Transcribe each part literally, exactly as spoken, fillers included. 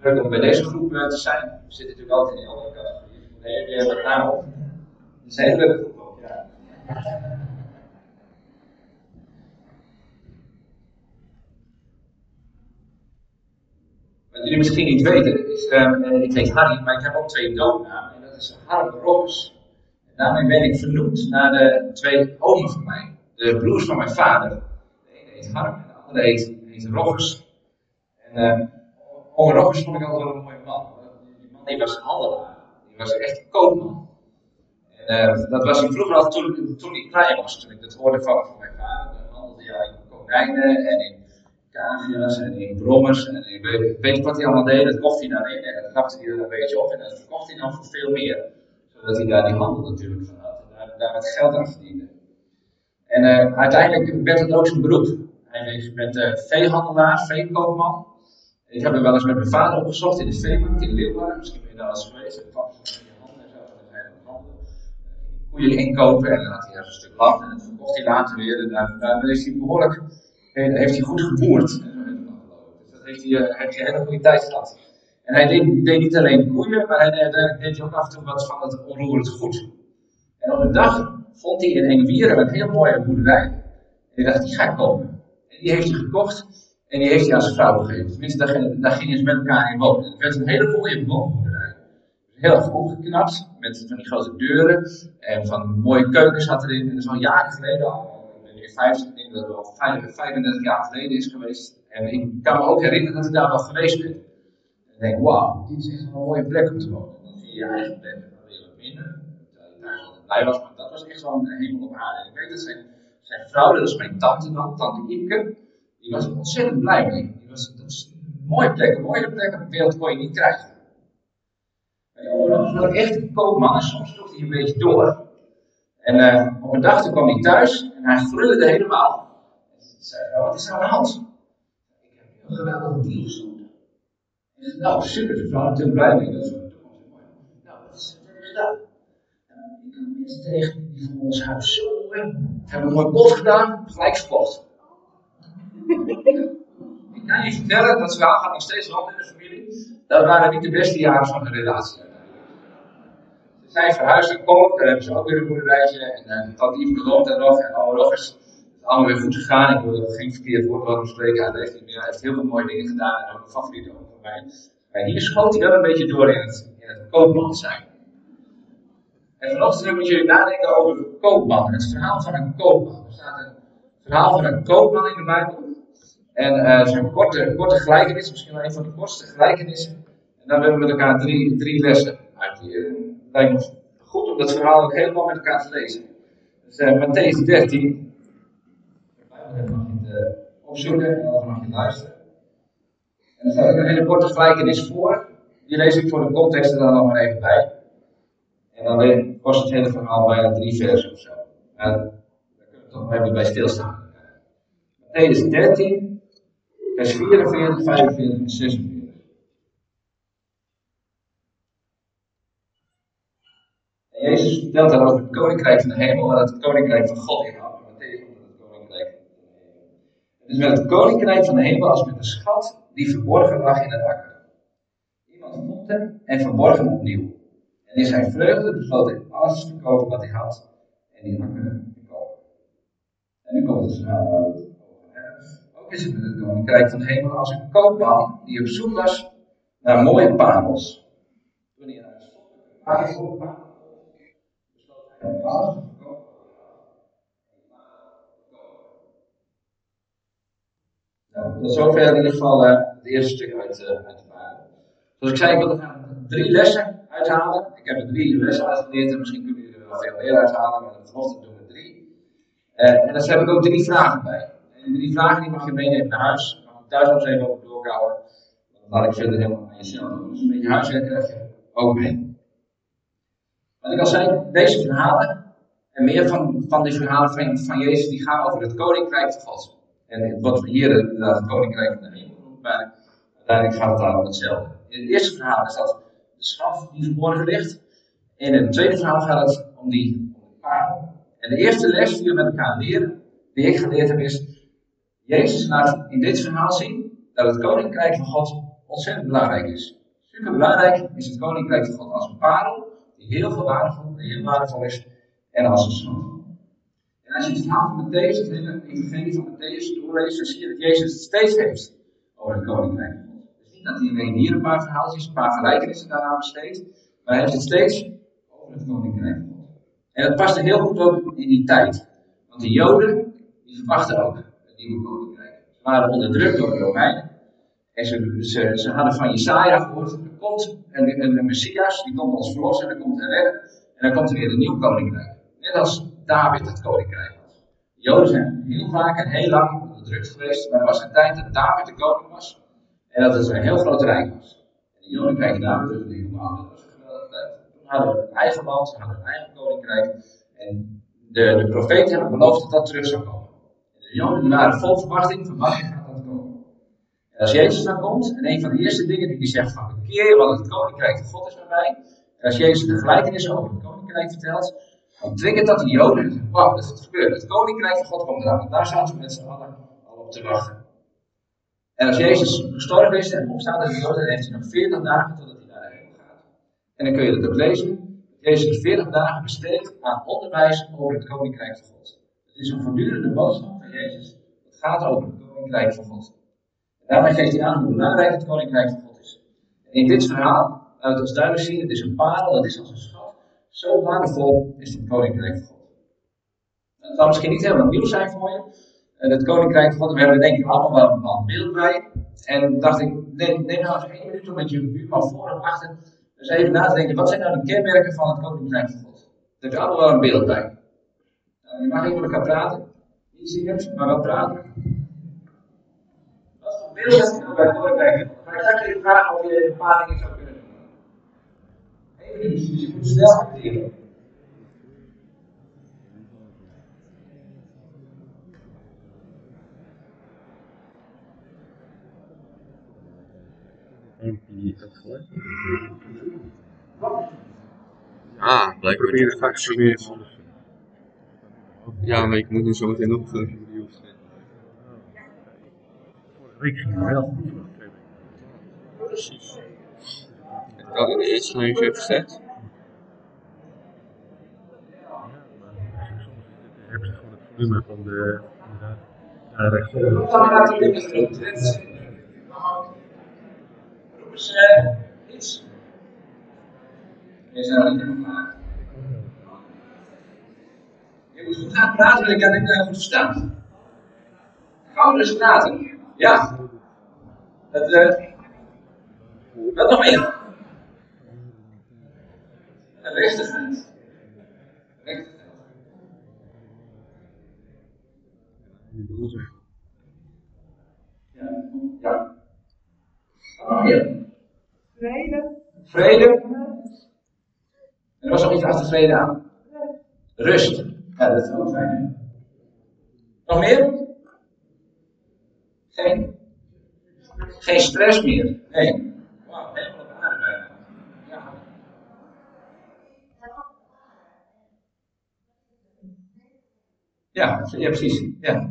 Leuk om bij deze groep uh, te zijn. We zitten natuurlijk altijd in een andere categorie. Nee, we hebben het naam op. Het is een hele leuke groep ook, ja. Wat jullie misschien niet weten, is, uh, ik heet Harry, maar ik heb ook twee doopnamen. En dat is Harm Robbers. En daarmee ben ik vernoemd naar de twee omen van mij. De broers van mijn vader. De ene heet Harm en de andere heet, heet Robbers. En uh, oom Robbers vond ik altijd wel een mooie man. Die man die was handelaar. Die was echt een koopman. En uh, dat was hij vroeger al toen, toen hij klein was. Toen ik dat hoorde van, van mijn vader. Dan handelde hij in konijnen en in cavia's en in brommers en in, weet, weet je wat hij allemaal deed, dat kocht hij daarin en dat knapte hij er een beetje op en dat verkocht hij dan voor veel meer. Zodat hij daar die handel natuurlijk van had en daar, daar wat geld aan verdiende. En uh, uiteindelijk werd het ook zijn beroep. Hij werd uh, veehandelaar, veekoopman. Ik heb er wel eens met mijn vader opgezocht in de veemarkt in Leeuwarden, misschien ben je daar wel eens geweest. En kwam ze in je handen en zo, en dan zijn we handelen. Koeien inkopen en dan had hij er een stuk land en dat verkocht hij later weer. En daar, daar is hij behoorlijk, heeft hij goed geboerd. Heeft hij, uh, heeft hij een hele goede tijd gehad. En hij deed, deed niet alleen koeien, maar hij deed, deed ook af en toe wat van het onroerend goed. En op een dag vond hij in Eenwieren een heel mooie boerderij. En hij dacht, die ga ik kopen. En die heeft hij gekocht en die heeft hij aan zijn vrouw gegeven. Tenminste, daar, daar gingen ze met elkaar in wonen. Het werd een hele mooie woonboerderij. Heel erg opgeknapt, met van die grote deuren. En van mooie keukens had erin. En dat is al jaren geleden al. vijftig, ik denk dat het al vijfendertig jaar geleden is geweest. En ik kan me ook herinneren dat ik daar wel geweest ben. En ik denk, wauw, dit is echt een mooie plek om te wonen. Dan zie je je eigen plek weer wat minder. Terwijl je thuis altijd blij was, maar dat was echt zo'n hemel op aarde. En ik weet dat zijn, zijn vrouw, dat is mijn tante dan, tante Iepke, die was er ontzettend blij mee. Die was, dat was een mooie plek, een mooie plek op de wereld kon je niet krijgen. En overigens was ik echt een koopman en soms sloeg hij een beetje door. En uh, op een dag toen kwam hij thuis en hij gruwelde helemaal. En hij zei, oh, wat is er aan de hand? Ik heb nu een geweldige deal gesloten. En zei, nou super, de vrouw natuurlijk blij mee. Dat is een toekomst mooi. Nou, wat is er gedaan? Nou, ik kan mensen tegen die van ons huis zo hebben. Hebben een mooi bod gedaan, gelijk verkocht. Ik kan je vertellen, dat verhaal gaat nog steeds rond in de familie. Dat waren niet de beste jaren van hun relatie. Ze zijn verhuisd naar Kolk, daar hebben ze ook weer een boerderijtje. En uh, tante Iepke woont daar nog. En allemaal nog is het allemaal weer goed gegaan. Ik wil geen verkeerd woord over spreken. Hij heeft niet meer. Hij heeft heel veel mooie dingen gedaan. En ook een favoriete ook van mij. Maar hier schoot hij wel een beetje door in het, in het koopman zijn. En vanochtend wil ik met jullie nadenken over de koopman. Het verhaal van een koopman. Er staat een verhaal van een koopman in de Bijbel. En uh, het is een korte, korte gelijkenis. Misschien wel een van de kortste gelijkenissen. En dan willen we met elkaar drie, drie lessen uitleren. Het lijkt me goed om dat verhaal ook helemaal met elkaar te lezen. Dus uh, Mattheüs dertien. Dan mag je het uh, opzoeken en dan mag je luisteren. En er staat ook een hele korte gelijkenis voor. Die lees ik voor de context er dan nog maar even bij. En dan kost het hele verhaal bijna drie versen of zo. En daar kunnen we toch nog even bij stilstaan. Mattheüs dertien, vers vierenveertig, vijfenveertig en zesenveertig. En Jezus vertelt daar over het koninkrijk van de hemel en dat het koninkrijk van God inhoudt. Mattheüs noemt het koninkrijk van de hemel. Het is met het koninkrijk van de hemel als met een schat die verborgen lag in een akker. Iemand vond hem en verborg hem opnieuw. En in zijn vreugde besloot hij alles te verkopen wat hij had en die akker te kopen. En nu komt het verhaal waar we het over hebben. Ook is het met het koninkrijk van de hemel als een koopman die op zoek was naar mooie parels. Toen hij naar een parel kwam, besloot hij alles te verkopen. Nou, tot zover in ieder geval uh, het eerste stuk uit, uh, uit de Bijbel. Zoals ik zei, ik wil er drie lessen uithalen. Ik heb er drie lessen uitgeleerd en misschien kunnen jullie er wel veel meer uithalen, maar vanochtend doen we drie. Uh, en daar heb ik ook drie vragen bij. En die drie vragen die mag je meenemen naar huis. Je mag je thuis ook eens even over doorkouwen. Dat laat ik verder helemaal aan jezelf doen. Dus een beetje huiswerk krijg je ook mee. Wat ik al zei, deze verhalen en meer van, van die verhalen van, van Jezus, die gaan over het koninkrijk van God. En wat we hier inderdaad het koninkrijk van de hemel noemen, maar uiteindelijk gaat het daar om hetzelfde. In het eerste verhaal is dat de schat die verborgen ligt. En in het tweede verhaal gaat het om die, om die parel. En de eerste les die we met elkaar leren, die ik geleerd heb, is: Jezus laat in dit verhaal zien dat het koninkrijk van God ontzettend belangrijk is. Super belangrijk is het koninkrijk van God als een parel, die heel veel waardevol, die heel waardevol is, en als een schat. En als je het verhaal van Matthäus, het hele evangelie van Matthäus doorleest, dan zie je dat Jezus het steeds heeft over het koninkrijk van God. Dus niet dat hij alleen hier een paar verhaaltjes, een paar gelijkenissen daaraan besteedt, maar hij heeft het steeds over het koninkrijk van God. En dat paste heel goed ook in die tijd. Want de Joden, die verwachten ook het nieuwe koninkrijk. Ze waren onderdrukt door de Romeinen. En ze, ze, ze hadden van Jesaja gehoord, er komt een, een, een Messias, die komt ons verlossen, en dan komt er redder. En dan komt er weer een nieuw koninkrijk. Net als David het koninkrijk was. De Joden zijn heel vaak en heel lang onderdrukt geweest, maar er was een tijd dat David de koning was. En dat het een heel groot rijk was. En de Joden kijken David dus en denken, wauw, dat was een geweldige tijd. Toen hadden we een eigen land, ze hadden een eigen koninkrijk. En de, de profeten hebben beloofd dat dat terug zou komen. En de Joden waren vol verwachting van wanneer gaat dat komen. En als Jezus dan komt, en een van de eerste dingen die hij zegt van bekeer je, want het koninkrijk van God is nabij. En als Jezus de gelijkenis over het koninkrijk vertelt, dan triggert dat de Joden. Wauw, dat is het gebeurd. Het koninkrijk van God komt eraan. Want daar zaten ze met z'n allen al op te wachten. En als Jezus gestorven is en opstaat uit de dood, dan heeft hij nog veertig dagen totdat hij naar de hemel gaat. En dan kun je dat ook lezen. Jezus veertig dagen besteedt aan onderwijs over het koninkrijk van God. Het is een voortdurende boodschap van Jezus. Het gaat over het koninkrijk van God. En daarmee geeft hij aan hoe belangrijk het koninkrijk van God is. En in dit verhaal, laat het ons duidelijk zien, het is een parel, het is als een schat. Zo waardevol is het koninkrijk van God. Het zal misschien niet helemaal nieuw zijn voor je. Het koninkrijk van God, we hebben er denk ik allemaal wel een bepaald beeld bij. En dacht ik, neem, neem nou eens één minuut om met je buurman voor en achter. Dus even na te denken, wat zijn nou de kenmerken van het koninkrijk van God? Daar heb je allemaal wel een beeld bij. Nou, je mag even met elkaar praten. Niet zingen, maar wel praten. Wat voor beeld heb je nou bij het koninkrijk van God? Maar ik ga je vragen of je een paar dingen zou kunnen doen. Eén minuut, dus je moet snel acteren. Ah, blijkbaar. Probeer het vaak proberen. Ja, maar ik moet nu zo meteen nog. Vorige week ging het wel. Precies. Ik had in de eerste nog even gezegd. Hebben ze gewoon het volume van de. Daar rechtop. Dan gaat het in de groep. Roepen ze iets. Je zijn er niet helemaal klaar. Je moet goed gaan praten, want ik kan niet uh, goed verstaan. Gauw dus praten. Ja. Dat, uh, wat nog meer? Rechtigheid. Rechtigheid. Ja. Ja. Wat nog meer? Vrede. Vrede. En er was nog iets achter vrede aan. Rust. Ja, dat is ook fijn, hè? Nog meer? Geen? Geen stress meer. Nee. Wauw, helemaal op aarde bijna. Ja. Ja, ja, precies. Ja.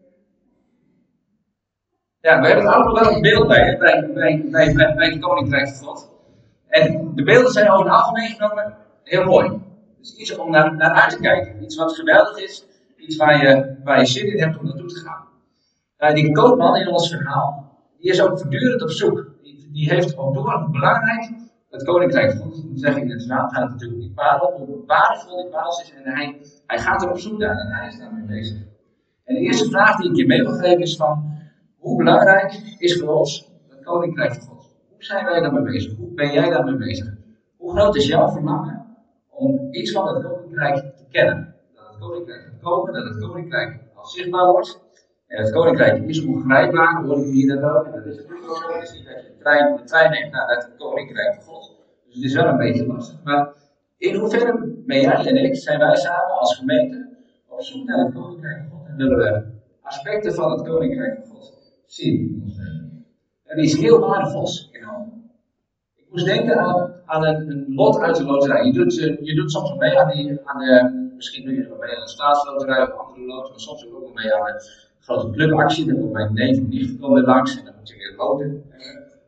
Ja, we hebben er allemaal wel een beeld bij, hè, bij, bij, bij, bij, bij het Koninkrijk van God. En de beelden zijn over het algemeen genomen heel mooi. Dus iets om naar, naar uit te kijken. Iets wat geweldig is. Iets waar je, waar je zin in hebt om naartoe te gaan. Uh, die koopman in ons verhaal, die is ook voortdurend op zoek. Die, die heeft ook door hoe belangrijk het Koninkrijk van God, ik moet zeggen in het verhaal gaat het natuurlijk om die parel, hoe waardevol die parel is. En hij, hij gaat er op zoek naar en hij is daarmee bezig. En de eerste vraag die ik je mee wil geven is van, hoe belangrijk is voor ons het Koninkrijk van God? Hoe zijn wij daarmee bezig? Hoe ben jij daarmee bezig? Hoe groot is jouw verlangen om iets van het Koninkrijk te kennen? Dat het Koninkrijk gaat komen, dat het Koninkrijk al zichtbaar wordt. En het Koninkrijk is ongrijpbaar, hoor ik hier dan ook. En dat is natuurlijk ook zo. Het is niet dat je de trein, de trein neemt naar het Koninkrijk van God. Dus het is wel een beetje lastig. Maar in hoeverre ben jij en ik, zijn wij samen als gemeente op zoek naar het Koninkrijk van God? En willen we aspecten van het Koninkrijk van God zien in ons leven? En iets heel waardevols in handen. Ik moest denken aan, aan een, een lot uit de loterij. Je doet, uh, je doet soms wel mee aan, die, aan de, misschien doe je wel mee aan de staatsloterij of andere loten, maar soms ook wel mee aan de grote clubactie. Dan komt mijn neef of nicht komen langs en dan moet je weer loten.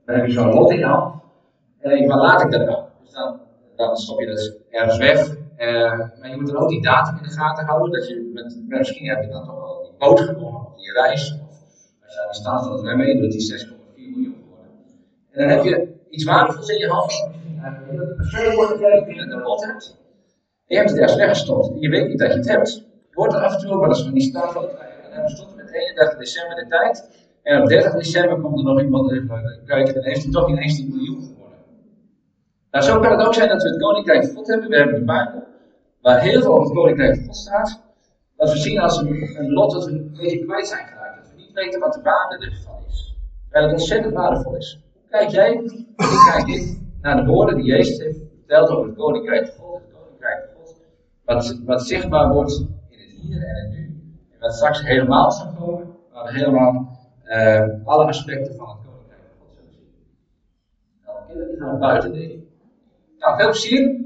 Dan heb je zo'n lot in je hand. En dan denk je, waar laat ik dat dan? Dus dan, dan stop je dat ergens weg. Uh, maar je moet dan ook die datum in de gaten houden. Dat je met, misschien heb je dan toch wel die boot gewonnen, of die reis. Of als je aan de staat van het remmen meedoet, die zes komma vier miljoen geworden. En dan heb je iets waardevols in je hand. Verder wordt het werk binnen de lot hebt. En je hebt het ergens weggestopt. En je weet niet dat je het hebt. Je hoort er af en toe ook wel eens van die staat van het remmen. En dan hebben we tot en met eenendertig december de tijd. En op dertig december komt er nog iemand even kijken. En heeft hij toch ineens die miljoen geworden. Nou, zo kan het ook zijn dat we het Koninkrijk van God hebben. We hebben de Bijbel, waar heel veel over het Koninkrijk van God staat. Dat we zien als een, een lot dat we een beetje kwijt zijn geraakt. Dat we niet weten wat de waarde ervan is. Terwijl het ontzettend waardevol is. Hoe kijk jij, hoe kijk ik, naar de woorden die Jezus heeft verteld over het Koninkrijk van God. Het Koninkrijk van God. Wat, wat zichtbaar wordt in het hier en het nu. En wat straks helemaal zal komen. Waar we helemaal uh, alle aspecten van het Koninkrijk van God zullen zien. Nou, dan kunnen we die gaan buiten denken. Nou, veel plezier.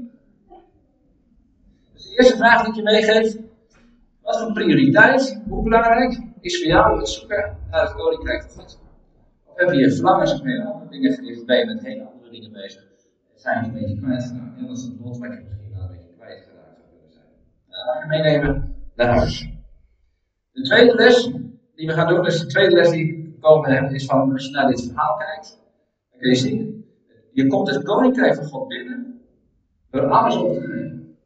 Dus de eerste vraag die ik je meegeef. Wat voor prioriteit, hoe belangrijk is voor jou het zoeken naar het Koninkrijk van God? Of heb je je verlangens of hele andere dingen gericht? Ben je met hele andere dingen bezig? Zijn je een beetje kwijtgeraakt? En dat is het lot wat je misschien wel een beetje kwijtgeraakt zou kunnen zijn. Nou, dat mag je meenemen naar huis. De tweede les die we gaan doen, dus de tweede les die ik gekomen heb, is van als je naar dit verhaal kijkt, dan kun je zien, je komt het Koninkrijk van God binnen door alles op te geven.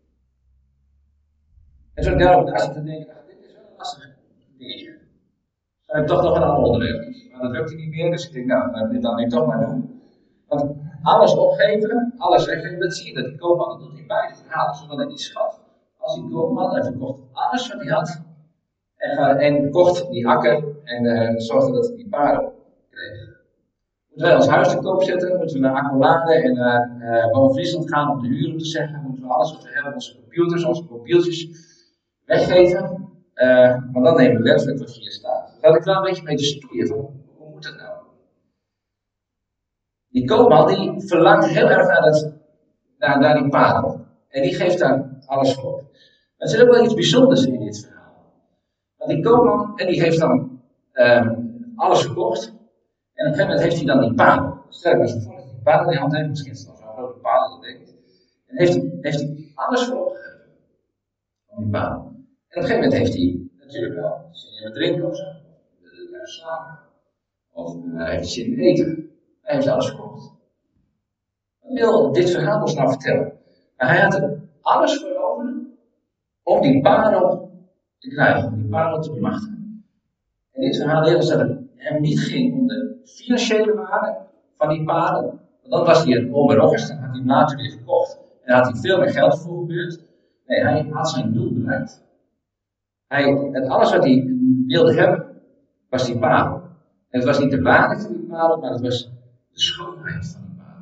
En zo daarop naast te denken, ach, dit is wel een lastig dingetje. Dan heb ik toch nog een ander onderdeel. Maar dat lukte niet meer, dus ik denk, nou, laat ik dit dan nu toch maar doen. Want alles opgeven, alles weggeven, dat zie je, dat die koopman dat doet in beide verhalen. Zowel in die schat als die koopman, hij verkocht alles wat hij had. En, en kocht die akker en uh, zorgde dat hij die paarden kreeg. Moeten wij ons huis te koop zetten, moeten we naar Accolade en naar uh, Boven-Friesland gaan om de huur te zeggen. Moeten we alles wat we hebben, onze computers, onze mobieltjes weggeven. Uh, want dan nemen we letterlijk wat hier staat. Daar had ik wel een beetje mee te stoeien van, hoe moet dat nou? Die koopman die verlangt heel erg naar, dat, naar, naar die parel. En die geeft daar alles voor. Maar er zit ook wel iets bijzonders in dit verhaal. Want die koopman, en die heeft dan uh, alles verkocht. En op een gegeven moment heeft hij dan die parel. Stel je maar zo voor dat hij die parel in de hand heeft. Misschien is het nog zo'n grote parel, dat weet ik niet. En heeft hij, heeft hij alles voor opgegeven. Van die parel. En op een gegeven moment heeft hij natuurlijk wel zin in wat drinken of zo. Wil hij slapen. Of uh, hij heeft zin in eten. Hij heeft alles verkocht. Wat wil dit verhaal ons nou vertellen? Maar hij had er alles voor over om die parel te krijgen, om die parel te bemachtigen. En dit verhaal leert ons dat het hem niet ging om de financiële waarde van die parel. Want dan was hij het onberoffers, dan had hij hem later weer verkocht. En had hij veel meer geld voor gebeurd. Nee, hij had zijn doel bereikt. Hij, het alles wat hij wilde hebben, was die parel. En het was niet de waarde van die parel, maar het was de schoonheid van die parel.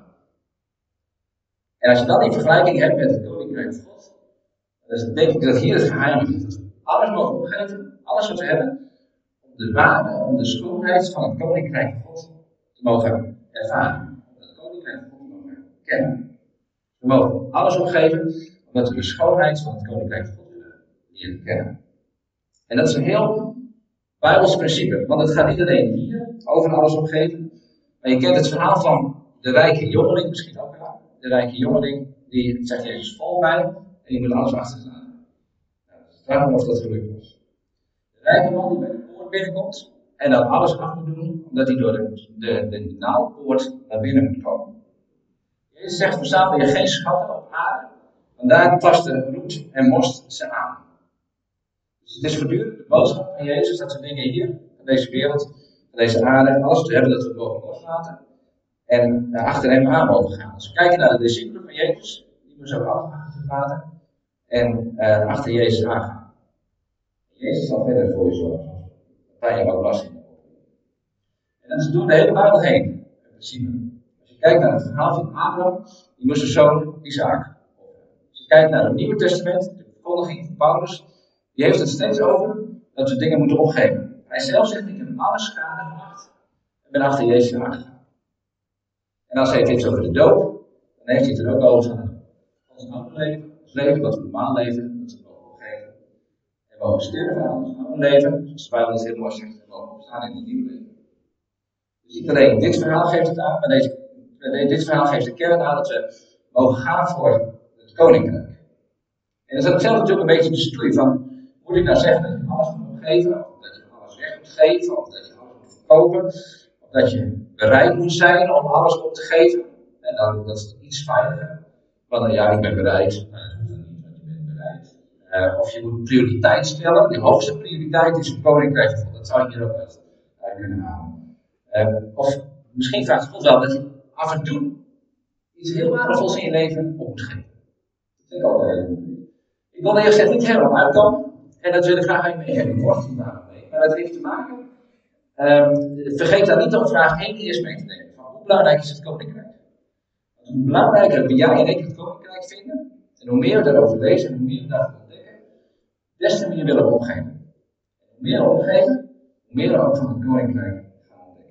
En als je dan die vergelijking hebt met het Koninkrijk van God, dan denk ik dat hier het geheim ligt. Dat we alles mogen opgeven, alles wat we hebben, om de waarde, om de schoonheid van het Koninkrijk van God te mogen ervaren. Om het Koninkrijk van God te mogen kennen. We mogen alles opgeven, omdat we de schoonheid van het Koninkrijk van God willen leren kennen. En dat is een heel Bijbels principe, want het gaat niet alleen hier over alles opgeven. Maar je kent het verhaal van de rijke jongeling, misschien ook wel. De rijke jongeling, die zegt Jezus, volg mij, en die moet alles achterlaten. Nou, vraag me of dat gelukt was. De rijke man die bij de poort binnenkomt, en dan alles af moet doen, omdat hij door de, de, de naaldpoort naar binnen moet komen. Jezus zegt, verzamel je geen schatten op aarde, want daar tasten roet en most ze aan. Dus het is voortdurend de boodschap van Jezus, dat we dingen hier, van deze wereld, van deze aarde, alles te hebben dat we het mogen loslaten. En uh, achter hem aan mogen gaan. Als we kijken naar de discipelen van Jezus, die moeten ook alles achterlaten en uh, achter Jezus aangaan. Jezus zal verder voor je zorgen. Dat kan je ook belasting hebben. En dat is door de hele Bijbel heen, in principe. Als je kijkt naar het verhaal van Abraham, die moest zijn zoon Isaac. Als je kijkt naar het Nieuwe Testament, de verkondiging van Paulus, die heeft het steeds over dat we dingen moeten opgeven. Hij zelf zegt, ik heb alle schade gemaakt en ben achter Jezus aangegaan. En als hij het heeft over de dood, dan heeft hij het er ook over van ons oude leven, ons leven, wat we normaal leven, dat we het mogen opgeven. En we mogen sterven aan ons oude leven, zoals de Bijbel het heel mooi zegt, en we mogen opstaan in het nieuwe leven. Dus niet alleen dit verhaal geeft het aan, maar deze, dit verhaal geeft de kern aan dat we mogen gaan voor het koninkrijk. En dat is hetzelfde natuurlijk een beetje de stoei van, moet ik nou zeggen dat je alles moet geven, of dat je alles weg moet geven, of dat je alles moet verkopen, of dat je bereid moet zijn om alles op te geven. En dan, dat is iets veiliger. Want dan, ja, ik ben bereid. Nou, dat hoeft dan niet, want je bent bereid. Uh, of je moet prioriteit stellen. De hoogste prioriteit is het koninkrijk. Dat zou je hier ook uit, uit kunnen halen. Uh, of misschien vraagt God wel dat je af en toe iets heel waardevols in je leven op moet geven. Dat vind ik ook wel heel goed. Ik wil er eerst echt niet helemaal uitkomen. En dat wil ik graag even mee hebben. Wordt vandaag mee. Maar dat heeft te maken. Um, vergeet daar niet om vraag één eerst mee te nemen. Van hoe belangrijk is het koninkrijk? Hoe belangrijker jij en ik het koninkrijk vinden, en hoe meer we daarover lezen en hoe meer we daarover ontdekken, des te meer willen we opgeven. Hoe meer we opgeven, hoe meer we ook van het koninkrijk gaan ontdekken.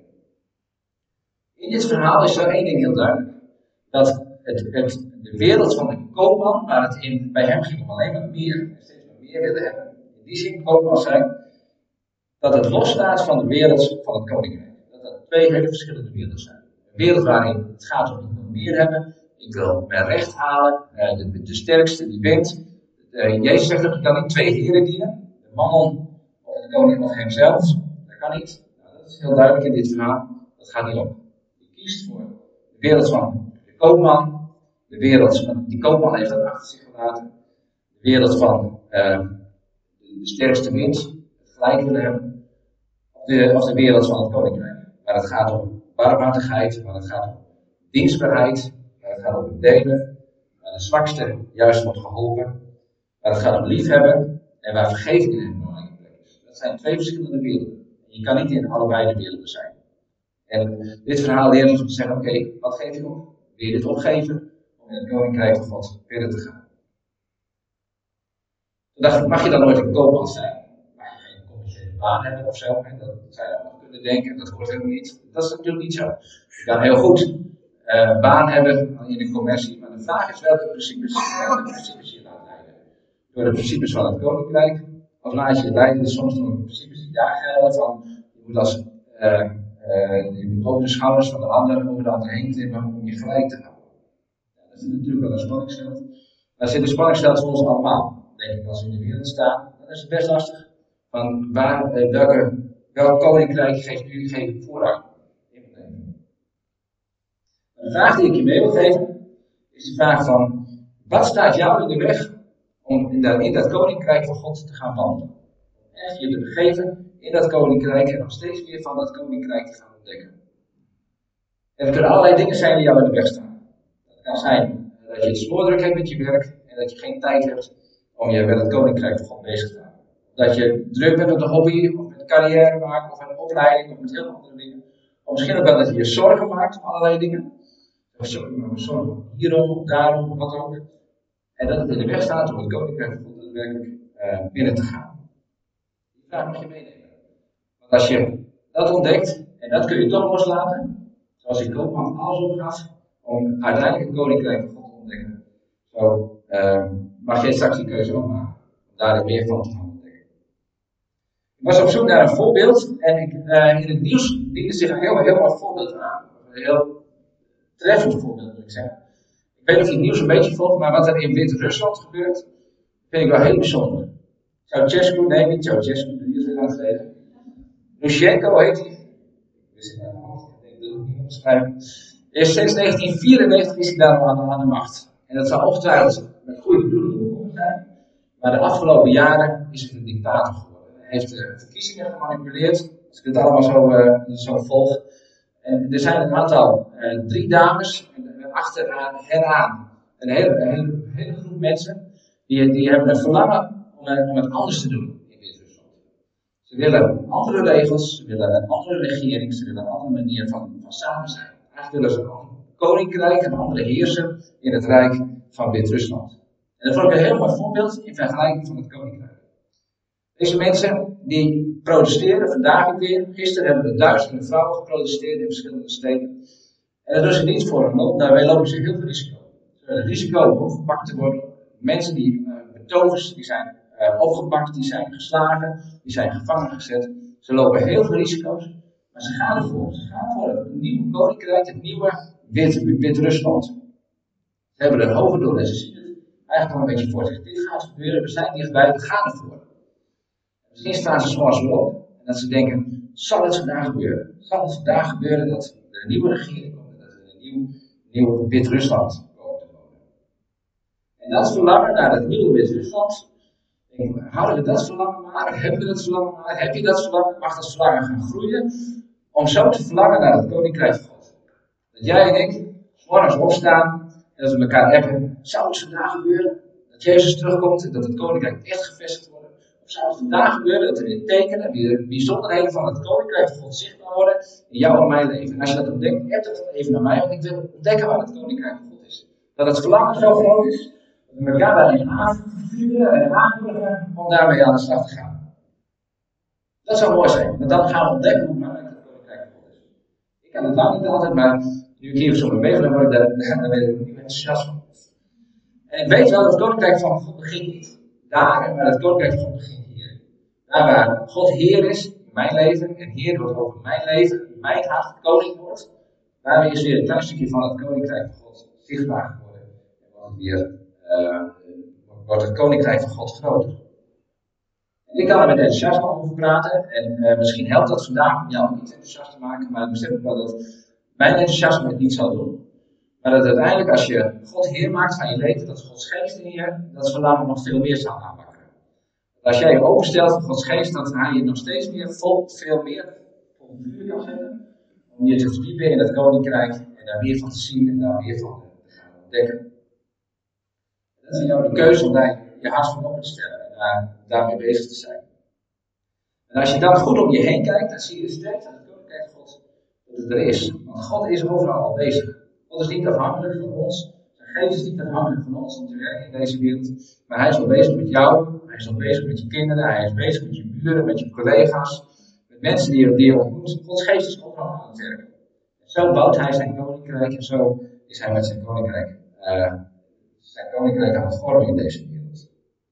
In dit verhaal is er één ding heel duidelijk. Dat het, het, de wereld van de koopman, waar het in, bij hem ging om alleen maar meer, en steeds maar meer willen hebben, in die zin koopman zijn, dat het losstaat van de wereld van het koninkrijk. Dat dat twee hele verschillende werelden zijn. Een wereld waarin het gaat om meer hebben. Ik wil mijn recht halen. Uh, de, de sterkste die wint. Uh, Jezus zegt ook, je kan niet twee heren dienen. De mammon of de koning of hemzelf. Dat kan niet. Nou, dat is heel duidelijk in dit verhaal. Dat gaat niet op. Je kiest voor de wereld van de koopman. De wereld van, die koopman heeft dat achter zich gelaten. De wereld van uh, de, de sterkste wint. Het gelijk willen hebben. Of de, of de wereld van het koninkrijk. Waar het gaat om barmhartigheid. Waar het gaat om dienstbaarheid, waar het gaat om het delen, waar de zwakste juist wordt geholpen, waar het gaat om liefhebben en waar vergeving in een belangrijke plek is. Dat zijn twee verschillende werelden. Je kan niet in allebei de werelden zijn. En dit verhaal leert ons om te zeggen, oké, okay, wat geef je op? Wil je dit opgeven om in het koninkrijk van God verder te gaan? Toen dacht ik, mag je dan nooit een koopman zijn? Mag je geen commerciële baan hebben of zo? Hè? Dat zou je dan nog kunnen denken, dat hoort helemaal niet. Dat is natuurlijk niet zo. Je kan heel goed Uh, baan hebben in de commercie, maar de vraag is welke principes, welke principes je laat leiden. Door de principes van het koninkrijk, of laat je je leiden soms door de principes die daar gelden van, je moet als, uh, uh, je moet over de schouders van de ander, over de ander heen klimmen om je gelijk te houden. Ja, dat is natuurlijk wel een spanningsveld. Daar zit een spanningsveld voor ons allemaal, denk ik, als we in de wereld staan. Dan is het best lastig van waar, uh, welke, welk koninkrijk geeft u geen voorrang. De vraag die ik je mee wil geven, is de vraag van, wat staat jou in de weg om in dat, in dat koninkrijk van God te gaan wandelen? Om echt je te begeven in dat koninkrijk en nog steeds meer van dat koninkrijk te gaan ontdekken. En er kunnen allerlei dingen zijn die jou in de weg staan. Het kan zijn dat je het smoordruk hebt met je werk en dat je geen tijd hebt om je met het koninkrijk van God bezig te houden. Dat je druk bent met een hobby, of met carrière maken, of een opleiding, of met heel andere dingen. Of misschien ook wel dat je je zorgen maakt om allerlei dingen. Of zorgen hierom, of daarom, wat ook. En dat het in de weg staat om het koninkrijk van God daadwerkelijk uh, binnen te gaan. Die vraag mag je meenemen. Want als je dat ontdekt, en dat kun je toch loslaten, zoals ik koopman alles opgaf, om uiteindelijk het koninkrijk van God te ontdekken. Zo uh, mag je straks die keuze ook maken. Om daar meer van te gaan ontdekken. Ik was op zoek naar een voorbeeld, en ik, uh, in het nieuws diende zich een heel, heel mooi voorbeeld aan. Een heel treffend voorbeeld moet ik zeggen. Ik weet niet of je het nieuws een beetje volgt, maar wat er in Wit-Rusland gebeurt, vind ik wel heel bijzonder. Ceausescu, nee niet Ceausescu, die is weer lang geleden. Lushenko heet hij. Ik wist het nou nog, ik denk dat ik het niet opschrijven. Is sinds negentien vierennegentig is hij daar aan, aan de macht. En dat zal ongetwijfeld met goede bedoelingen begonnen zijn. Maar de afgelopen jaren is het een dictator geworden. Hij heeft de verkiezingen gemanipuleerd. Als ik het allemaal zo, uh, zo volg. En er zijn een aantal, uh, drie dames, en achteraan, heraan, een hele, een hele, een hele groep mensen, die, die hebben een verlangen om, uh, om het anders te doen in Wit-Rusland. Ze willen andere regels, ze willen een andere regering, ze willen een andere manier van, van samen zijn. Eigenlijk willen ze een koninkrijk, een andere heerser in het rijk van Wit-Rusland. En dat vond ik een heel mooi voorbeeld in vergelijking van het koninkrijk. Deze mensen die protesteren vandaag ook weer. Gisteren hebben er duizenden vrouwen geprotesteerd in verschillende steden. En dat doen ze niet voor hun lot, daarbij lopen ze heel veel risico. Ze hebben het risico om opgepakt te worden. Mensen die uh, betovers, die zijn uh, opgepakt, die zijn geslagen, die zijn gevangen gezet. Ze lopen heel veel risico's, Maar ze gaan ervoor. Ze gaan voor het nieuwe koninkrijk, het nieuwe Wit-Rusland. Ze hebben er hoge doel en ze zien het eigenlijk al een beetje voor zich. Dit gaat gebeuren, we zijn dichtbij, we gaan ervoor. Misschien staan ze zoals we op en dat ze denken, zal het vandaag gebeuren? Zal het vandaag gebeuren dat er een nieuwe regering komt, dat er een nieuw, nieuw Wit-Rusland komt te wonen? En dat verlangen naar het nieuwe Wit-Rusland, houden we dat verlangen maar? Hebben we dat verlangen maar? Heb je dat verlangen? Mag dat verlangen gaan groeien? Om zo te verlangen naar het koninkrijk van God. Dat jij en ik, 's morgens opstaan en dat we elkaar appen. Zou het vandaag gebeuren? Dat Jezus terugkomt en dat het koninkrijk echt gevestigd wordt? Of zou het vandaag gebeuren dat er in tekenen en de bijzonderheden van het koninkrijk van God zichtbaar worden in jouw en mijn leven? En als je dat ontdekt, app dat dan even naar mij, want ik wil ontdekken waar het koninkrijk van God is. Dat het verlangen zo groot is, dat we elkaar daarin aanvuren en aanmoedigen om daarmee aan de slag te gaan. Dat zou mooi zijn, want dan gaan we ontdekken hoe belangrijk het koninkrijk van God is. Ik kan het lang niet altijd, maar nu ik hier zo mee bezig ben, word ik daar, daar weet ik niet meer enthousiast van. En ik weet wel dat het koninkrijk van God begint niet daar, maar het koninkrijk van God begint hier. Daar waar God Heer is in mijn leven en Heer wordt over mijn leven, in mijn hart koning wordt, daar is weer een klein stukje van het koninkrijk van God zichtbaar geworden. En wordt het weer Uh, wordt het koninkrijk van God groter. En ik kan er met enthousiasme over praten en uh, misschien helpt dat vandaag om jou niet enthousiast te maken, maar ik besef ook wel dat mijn enthousiasme het niet zal doen. Maar dat uiteindelijk als je God Heer maakt van je leven, dat Gods geest in je, dat verlangen nog veel meer zal aanwakkeren. Als jij je openstelt voor Gods geest, dat hij je nog steeds meer vol, veel meer vol vuur kan zetten, om je te verdiepen in het koninkrijk en daar meer van te zien en daar meer van te gaan ontdekken. Dat is jou de keuze om daar je hart van op te stellen en daar, daarmee bezig te zijn. En als je dan goed om je heen kijkt, dan zie je steeds dat het koninkrijk van God dat het er is. Want God is overal al bezig. God is niet afhankelijk van ons. Zijn geest is niet afhankelijk van ons om te werken in deze wereld. Maar hij is al bezig met jou. Hij is al bezig met je kinderen. Hij is bezig met je buren, met je collega's. Met mensen die je, die je ontmoet. Gods geest is overal aan het werken. En zo bouwt hij zijn koninkrijk en zo is hij met zijn koninkrijk. Uh, zijn koninkrijk aan het vormen in deze wereld.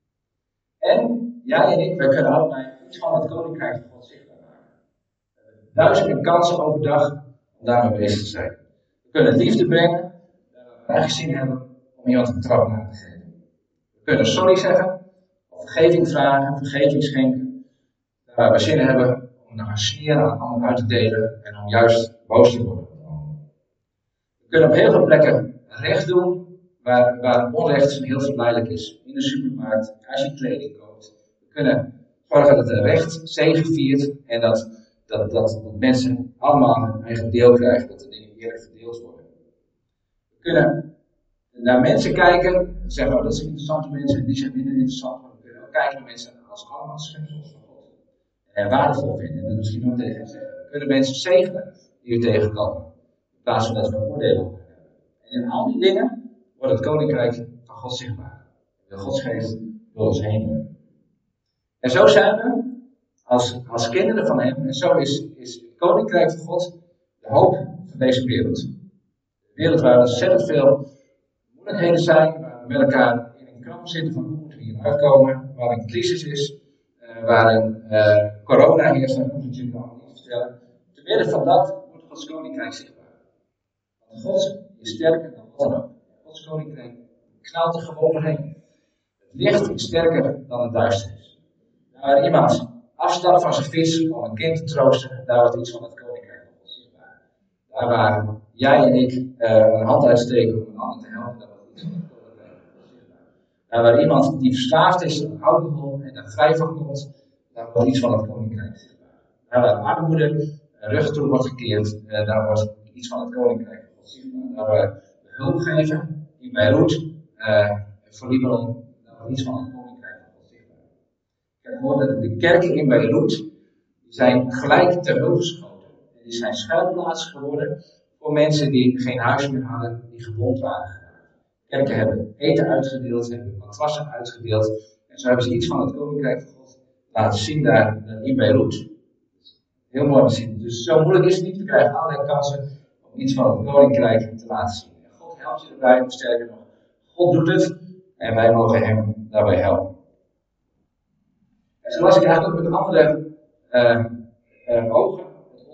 En jij en ik, wij kunnen allebei iets van het koninkrijk van God zichtbaar maken. We hebben duizenden kansen overdag om daarmee bezig te zijn. We kunnen liefde brengen, daar we eigen zin hebben om iemand een trap aan te geven. We kunnen sorry zeggen, of vergeving vragen, vergeving schenken, daar we zin hebben om naar een sneer aan anderen uit te delen en om juist boos te worden. We kunnen op heel veel plekken recht doen. Waar, waar onrecht heel verleidelijk is. In de supermarkt, als je kleding koopt. We kunnen zorgen dat er recht zegeviert en dat, dat, dat, dat mensen allemaal hun eigen deel krijgen. Dat de dingen eerlijk verdeeld worden. We kunnen naar mensen kijken en zeggen, oh, dat zijn interessante mensen en die zijn minder interessant. Maar we kunnen ook kijken naar mensen als allemaal schepsels van God. En waardevol vinden en dat misschien ook tegen zeggen. We kunnen mensen zegenen die we tegenkomen. In plaats van dat we oordelen over hebben. En in al die dingen wordt het koninkrijk van God zichtbaar. De Godsgeest door ons heen. En zo zijn we als, als kinderen van hem. En zo is, is het koninkrijk van God de hoop van deze wereld. Een wereld waar er ontzettend veel moeilijkheden zijn. Waar we met elkaar in een kramp zitten van hoe moeten we hier uitkomen. Waar een crisis is. Uh, waar een uh, corona heerst. Dat moet ik natuurlijk allemaal niet vertellen. Te midden van dat wordt Gods koninkrijk zichtbaar. Want God is sterker dan wat dan ook. Gods koninkrijk knalt er gewoon doorheen. Het licht is sterker dan het duisternis. Waar iemand afstapt van zijn fiets om een kind te troosten, daar wordt iets van het koninkrijk van God zichtbaar. Daar waar jij en ik uh, een hand uitsteken om een ander te helpen, daar wordt iets van het koninkrijk van God zichtbaar. Daar waar iemand die verslaafd is aan alcohol en daar vrij van komt, daar wordt iets van het koninkrijk zichtbaar. Daar waar armoede rug toe wordt gekeerd, uh, daar wordt iets van het koninkrijk van God zichtbaar. Daar waar we hulp geven in Beirut, uh, voor Libanon, daar wordt iets van het koninkrijk van God zichtbaar. Ik heb gehoord dat de kerken in Beirut, die zijn gelijk ter hulp geschoten. En die zijn schuilplaatsen geworden voor mensen die geen huis meer hadden, die gewond waren geraakt. Kerken hebben eten uitgedeeld, hebben matrassen uitgedeeld. En zo hebben ze iets van het koninkrijk van God laten zien daar in Beirut. Heel mooi gezien. Dus zo moeilijk is het niet. We krijgen allerlei kansen om iets van het koninkrijk te laten zien. En God helpt je erbij, of sterker nog, God doet het en wij mogen hem daarbij helpen. En zo las ik eigenlijk ook met andere uh, uh, ogen het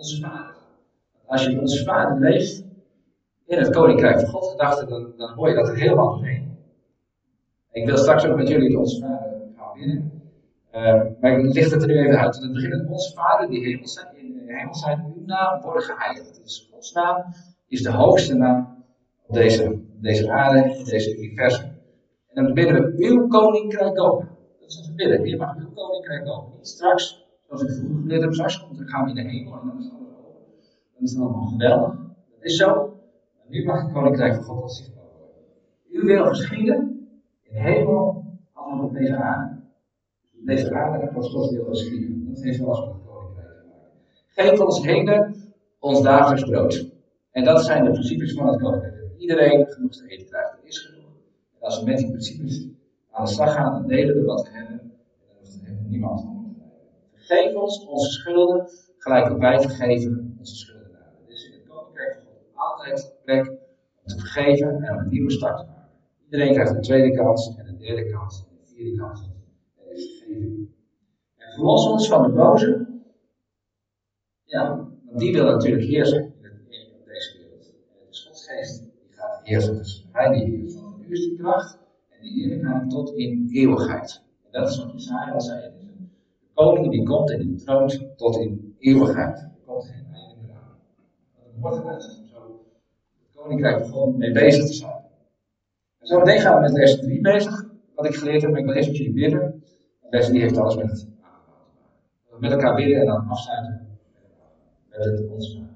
onze Vader. Als je onze Vader leest in het Koninkrijk van God gedachte, dan, dan hoor je dat er helemaal doorheen. Ik wil straks ook met jullie de onze Vader gaan bidden. Uh, maar ik licht het er nu even uit. In het begin, onze Vader die hemel zijn, in de hemel zijn, uw naam worden geheiligd. Dus Gods naam is de hoogste naam op deze, deze aarde, in deze universum. En dan bidden we, uw koninkrijk komen. Dat is wat we bidden. Hier mag uw koninkrijk komen. Niet straks, zoals ik vroeger geleerd heb, straks komt, dan gaan we in de hemel en dan is alles over. Dan is het allemaal geweldig. Dat is zo. Maar nu mag het koninkrijk van God al zichtbaar worden. Uw wil geschieden in de hemel als op deze aarde. Deze aarde als Gods wil geschieden. Dat heeft alles met het koninkrijk te maken. Geef ons heden ons dagelijks brood. En dat zijn de principes van het koninkrijk. Iedereen genoeg te eten krijgt. Er is genoeg. En als we met die principes aan de slag gaan, dan delen we wat we hebben. En dan hoeft er helemaal niemand van te blijven. Vergeef ons onze schulden, gelijk ook wij vergeven onze schuldenaren. Er is in het koninkrijk van God altijd plek om te vergeven en om een nieuwe start te maken. Iedereen krijgt een tweede kans, en een derde kans, en een vierde kans. En is vergeving. En verlos ons van de boze. Ja, want die wil natuurlijk heersen in deze wereld. En het is Gods geest die gaat heersen. Dus hij die heerst. Van u is die kracht en die heerlijkheid tot in eeuwigheid. En dat is wat Jesaja al zei. Het is een koning die komt en die troont tot in eeuwigheid. Er komt geen einde meer aan. Wat een woord eruit om zo het koninkrijk van God mee bezig te zijn. En zo meteen gaan we met les drie bezig. Wat ik geleerd heb, maar ik wil eerst met jullie bidden. Les drie heeft alles met het aangebouw te maken. Met elkaar bidden en dan afsluiten met het ons maken.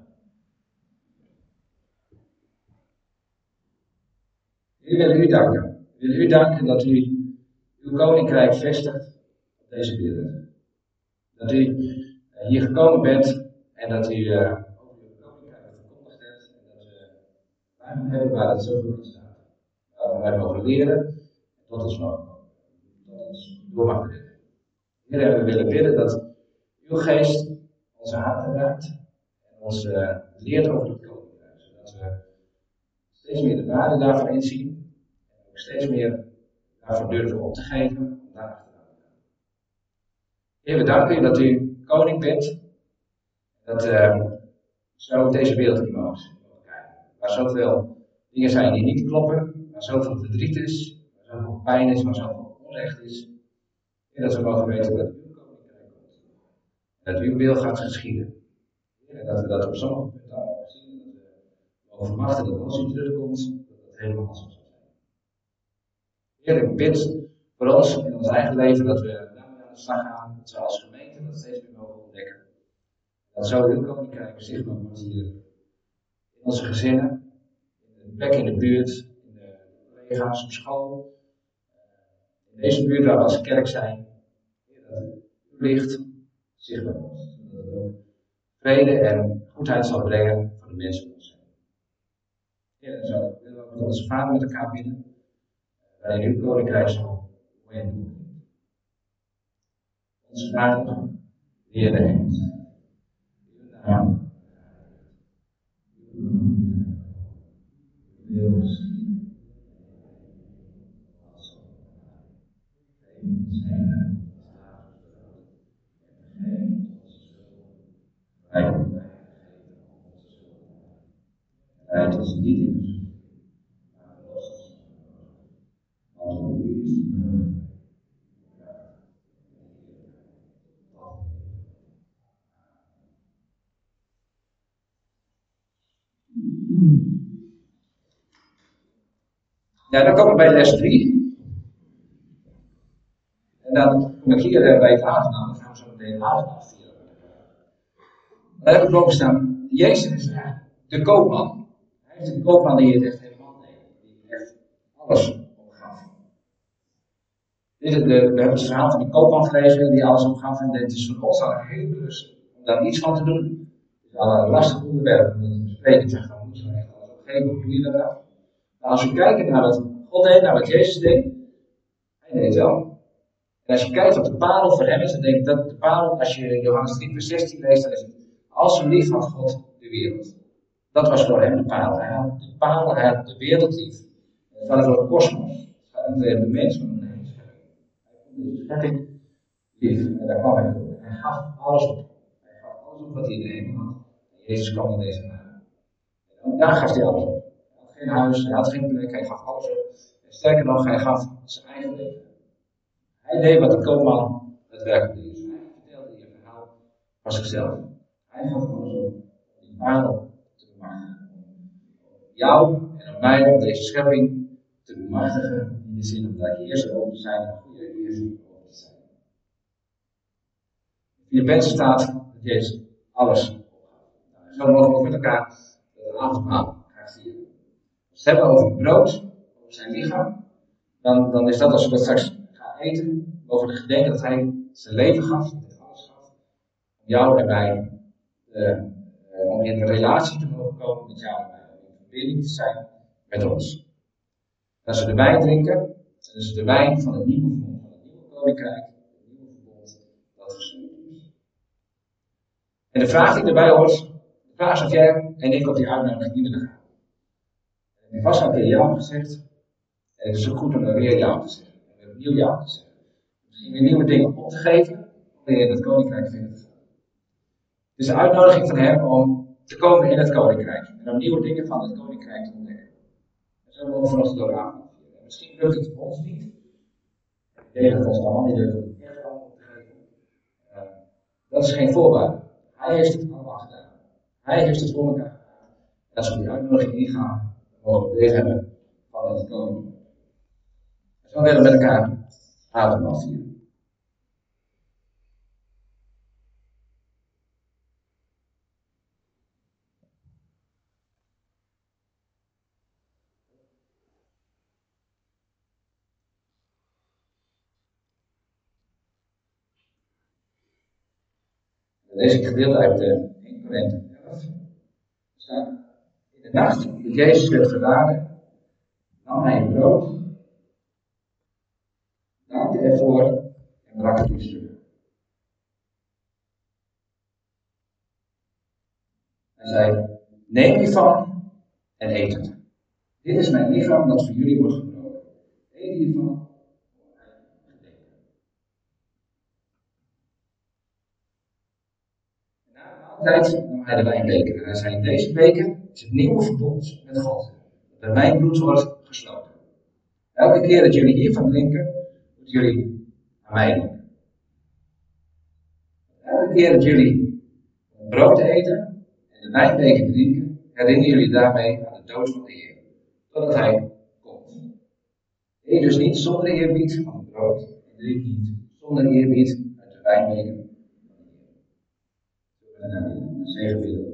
We willen u danken. We willen u danken dat u uw koninkrijk vestigt op deze wereld. Dat u hier gekomen bent en dat u uh, over uw koninkrijk verkondigd hebt. En dat we ruimte hebben waar het zoveel in staat. Waar wij mogen leren en tot ons mogen komen. Tot ons door mag brengen. Heer, we willen bidden dat uw geest onze harten raakt en ons uh, leert over het koninkrijk. Zodat we steeds meer de waarde daarvan inzien. Steeds meer daarvoor durven op te geven om daar achteraan te gaan. Heer, we danken u dat u koning bent. Dat uh, zo deze wereld in mogen kijken. Waar zoveel dingen zijn die niet kloppen. Waar zoveel verdriet is. Waar zoveel pijn is. Waar zoveel onrecht is. Heer, dat we mogen weten dat uw koninkrijk komt. En dat uw wil gaat geschieden. Heer, en dat we dat op sommige punten al mogen zien. Dat we mogen verwachten dat als u terugkomt, dat dat helemaal zo zal. Heer, ik bid voor ons in ons eigen leven dat we daarmee aan de slag gaan, dat we als gemeente dat steeds meer mogen ontdekken. Dat zo uw koninkrijk zichtbaar wordt hier in onze gezinnen, in de plek in de buurt, in de collega's op school, in deze buurt waar we als kerk zijn. Heer, dat uw licht zichtbaar wordt. Dat het ook vrede en goedheid zal brengen voor de mensen om ons heen. Heer, en zo willen we ook met onze Vader met elkaar bidden. Waarin uw koninkrijk zal doen. Onze Vader, die in de hemel zijn. Uw naam. Uw wil geschieden. Als geef ons heden ons dagelijks brood. En vergeef onze schulden. Wij ook wij vergeven onze schulden. En leid ons niet in de Ja, dan komen we bij les drie. En dan kom ik hier uh, bij het avondmaal. Dan gaan we zo meteen het avondmaal vieren. Daar heb ik boven staan. Jezus is eigenlijk de koopman. Hij is de koopman die het echt helemaal deed. Die echt alles opgaf. Dit is de, we hebben het verhaal van die koopman gelezen die alles opgaf. En het is voor ons al een hele klus om daar iets van te doen. Het is al een lastig onderwerp om dat te bespreken. Ik zeg, dan moet je nou echt alles opgeven. Hoe doe je dat nou? Maar als we kijken naar wat God deed, naar wat Jezus deed, hij deed wel. En als je kijkt wat de parel voor hem is, dan denk ik dat de parel, als je Johannes drie vers zestien leest, dan is het, als zo lief had God de wereld. Dat was voor hem de parel. Hij had de parel, hij had de wereld lief. Het gaat over het kosmos. Het gaat niet over de mens, maar om de hele schepping. Hij vond deze schepping lief. En daar kwam hij voor. Hij gaf alles op. Hij gaf alles op wat hij in de hemel had. Jezus kwam in deze aarde. En daar gaf hij alles op. Hij had geen huis, hij had geen plek, hij gaf alles op. En sterker nog, hij gaf zijn eigen leven. Hij deed wat de koopman het werk deed. Dus hij vertelde hier een verhaal van zichzelf. Hij gaf alles op om die parel te bemachtigen. Om jou en om mij, om deze schepping te bemachtigen. In de zin om daar heerser over te zijn en een goede heerser over te zijn. In Filippenzen staat dat Jezus alles opgaf. Nou, zo mogen we ook met elkaar het avondmaal gaan vieren. Als we het hebben over het brood, over zijn lichaam, dan, dan is dat als we dat straks gaan eten, over de gedenken dat hij zijn leven gaf, dat hij alles gaf, om jou en mij, uh, uh, om in een relatie te mogen komen met jou en mij, om in verbinding te zijn met ons. En als we de wijn drinken, dan is het de wijn van het nieuwe verbond, van het nieuwe koninkrijk, het nieuwe verbond dat gesloten is. En de vraag die erbij hoort, de vraag is of jij en ik op die uitnodiging niet willen gaan. Ik heb vast al een keer ja gezegd, en het is ook goed om er weer ja te zeggen, en weer opnieuw ja te zeggen. Misschien weer nieuwe dingen op te geven, om weer in het koninkrijk binnen te gaan. Het is de uitnodiging van hem om te komen in het koninkrijk, en om nieuwe dingen van het koninkrijk te ontdekken. En zo mogen we vanochtend door avond vieren. Misschien lukt het ons niet. Ik denk dat het ons allemaal niet lukt om het echt allemaal op te geven. Uh, dat is geen voorwaarde. Hij heeft het allemaal gedaan. Hij heeft het voor elkaar gedaan. En als we die uitnodiging ingaan, dan mogen we deel hebben van het koninkrijk. En zo willen we met elkaar avondmaal vieren. Deze gedeelte uit één Korinthe elf staat: in de nacht dat Jezus werd verraden, nam hij een brood, dankte ervoor en brak het in stukken. Hij zei: neem hiervan en eet het. Dit is mijn lichaam dat voor jullie wordt gebroken. Eet hiervan voor mijn gedenken. Na de maaltijd nam hij de wijnbeker en hij zei: deze beker is het nieuwe verbond met God. Dat mijn bloed wordt gesloten. Elke keer dat jullie hiervan drinken, moeten jullie aan mij denken. Elke keer dat jullie het brood eten en de wijnbeker drinken, herinneren jullie daarmee aan de dood van de Heer. Totdat hij komt. Eet dus niet zonder eerbied van het brood en drink niet zonder eerbied uit de wijnbeker. Zegen willen.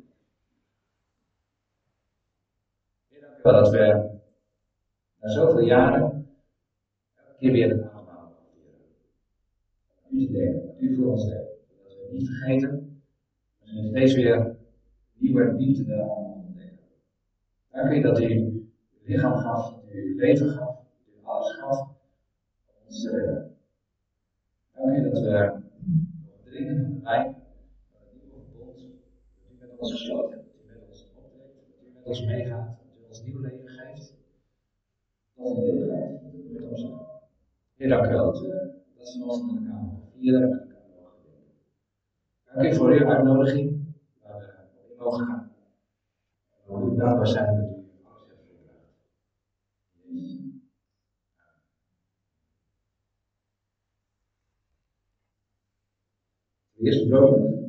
Heer, dank u wel dat we na zoveel jaren elke keer weer een avondmaal mogen vieren. U te delen, wat u voor ons deed. Dat we het niet vergeten, maar steeds weer nieuwe diepte daarvan mogen ontdekken. Dank u dat u uw lichaam gaf, dat u uw leven gaf, dat u alles gaf om ons te redden. Dank u dat we mogen drinken van de wijn. Ons gesloten hebt, dat u met ons optrekt, dat u met ons meegaat, dat u ons nieuw leven geeft, tot een eeuwigheid, dat u met ons gaat. Heer, dank u wel dat we dat vanochtend met elkaar mogen vieren en met elkaar mogen denken. Dank u voor uw uitnodiging, waar we op in mogen gaan. En hoe u dankbaar zijn dat u alles hebt voorbereid. Eerst brood.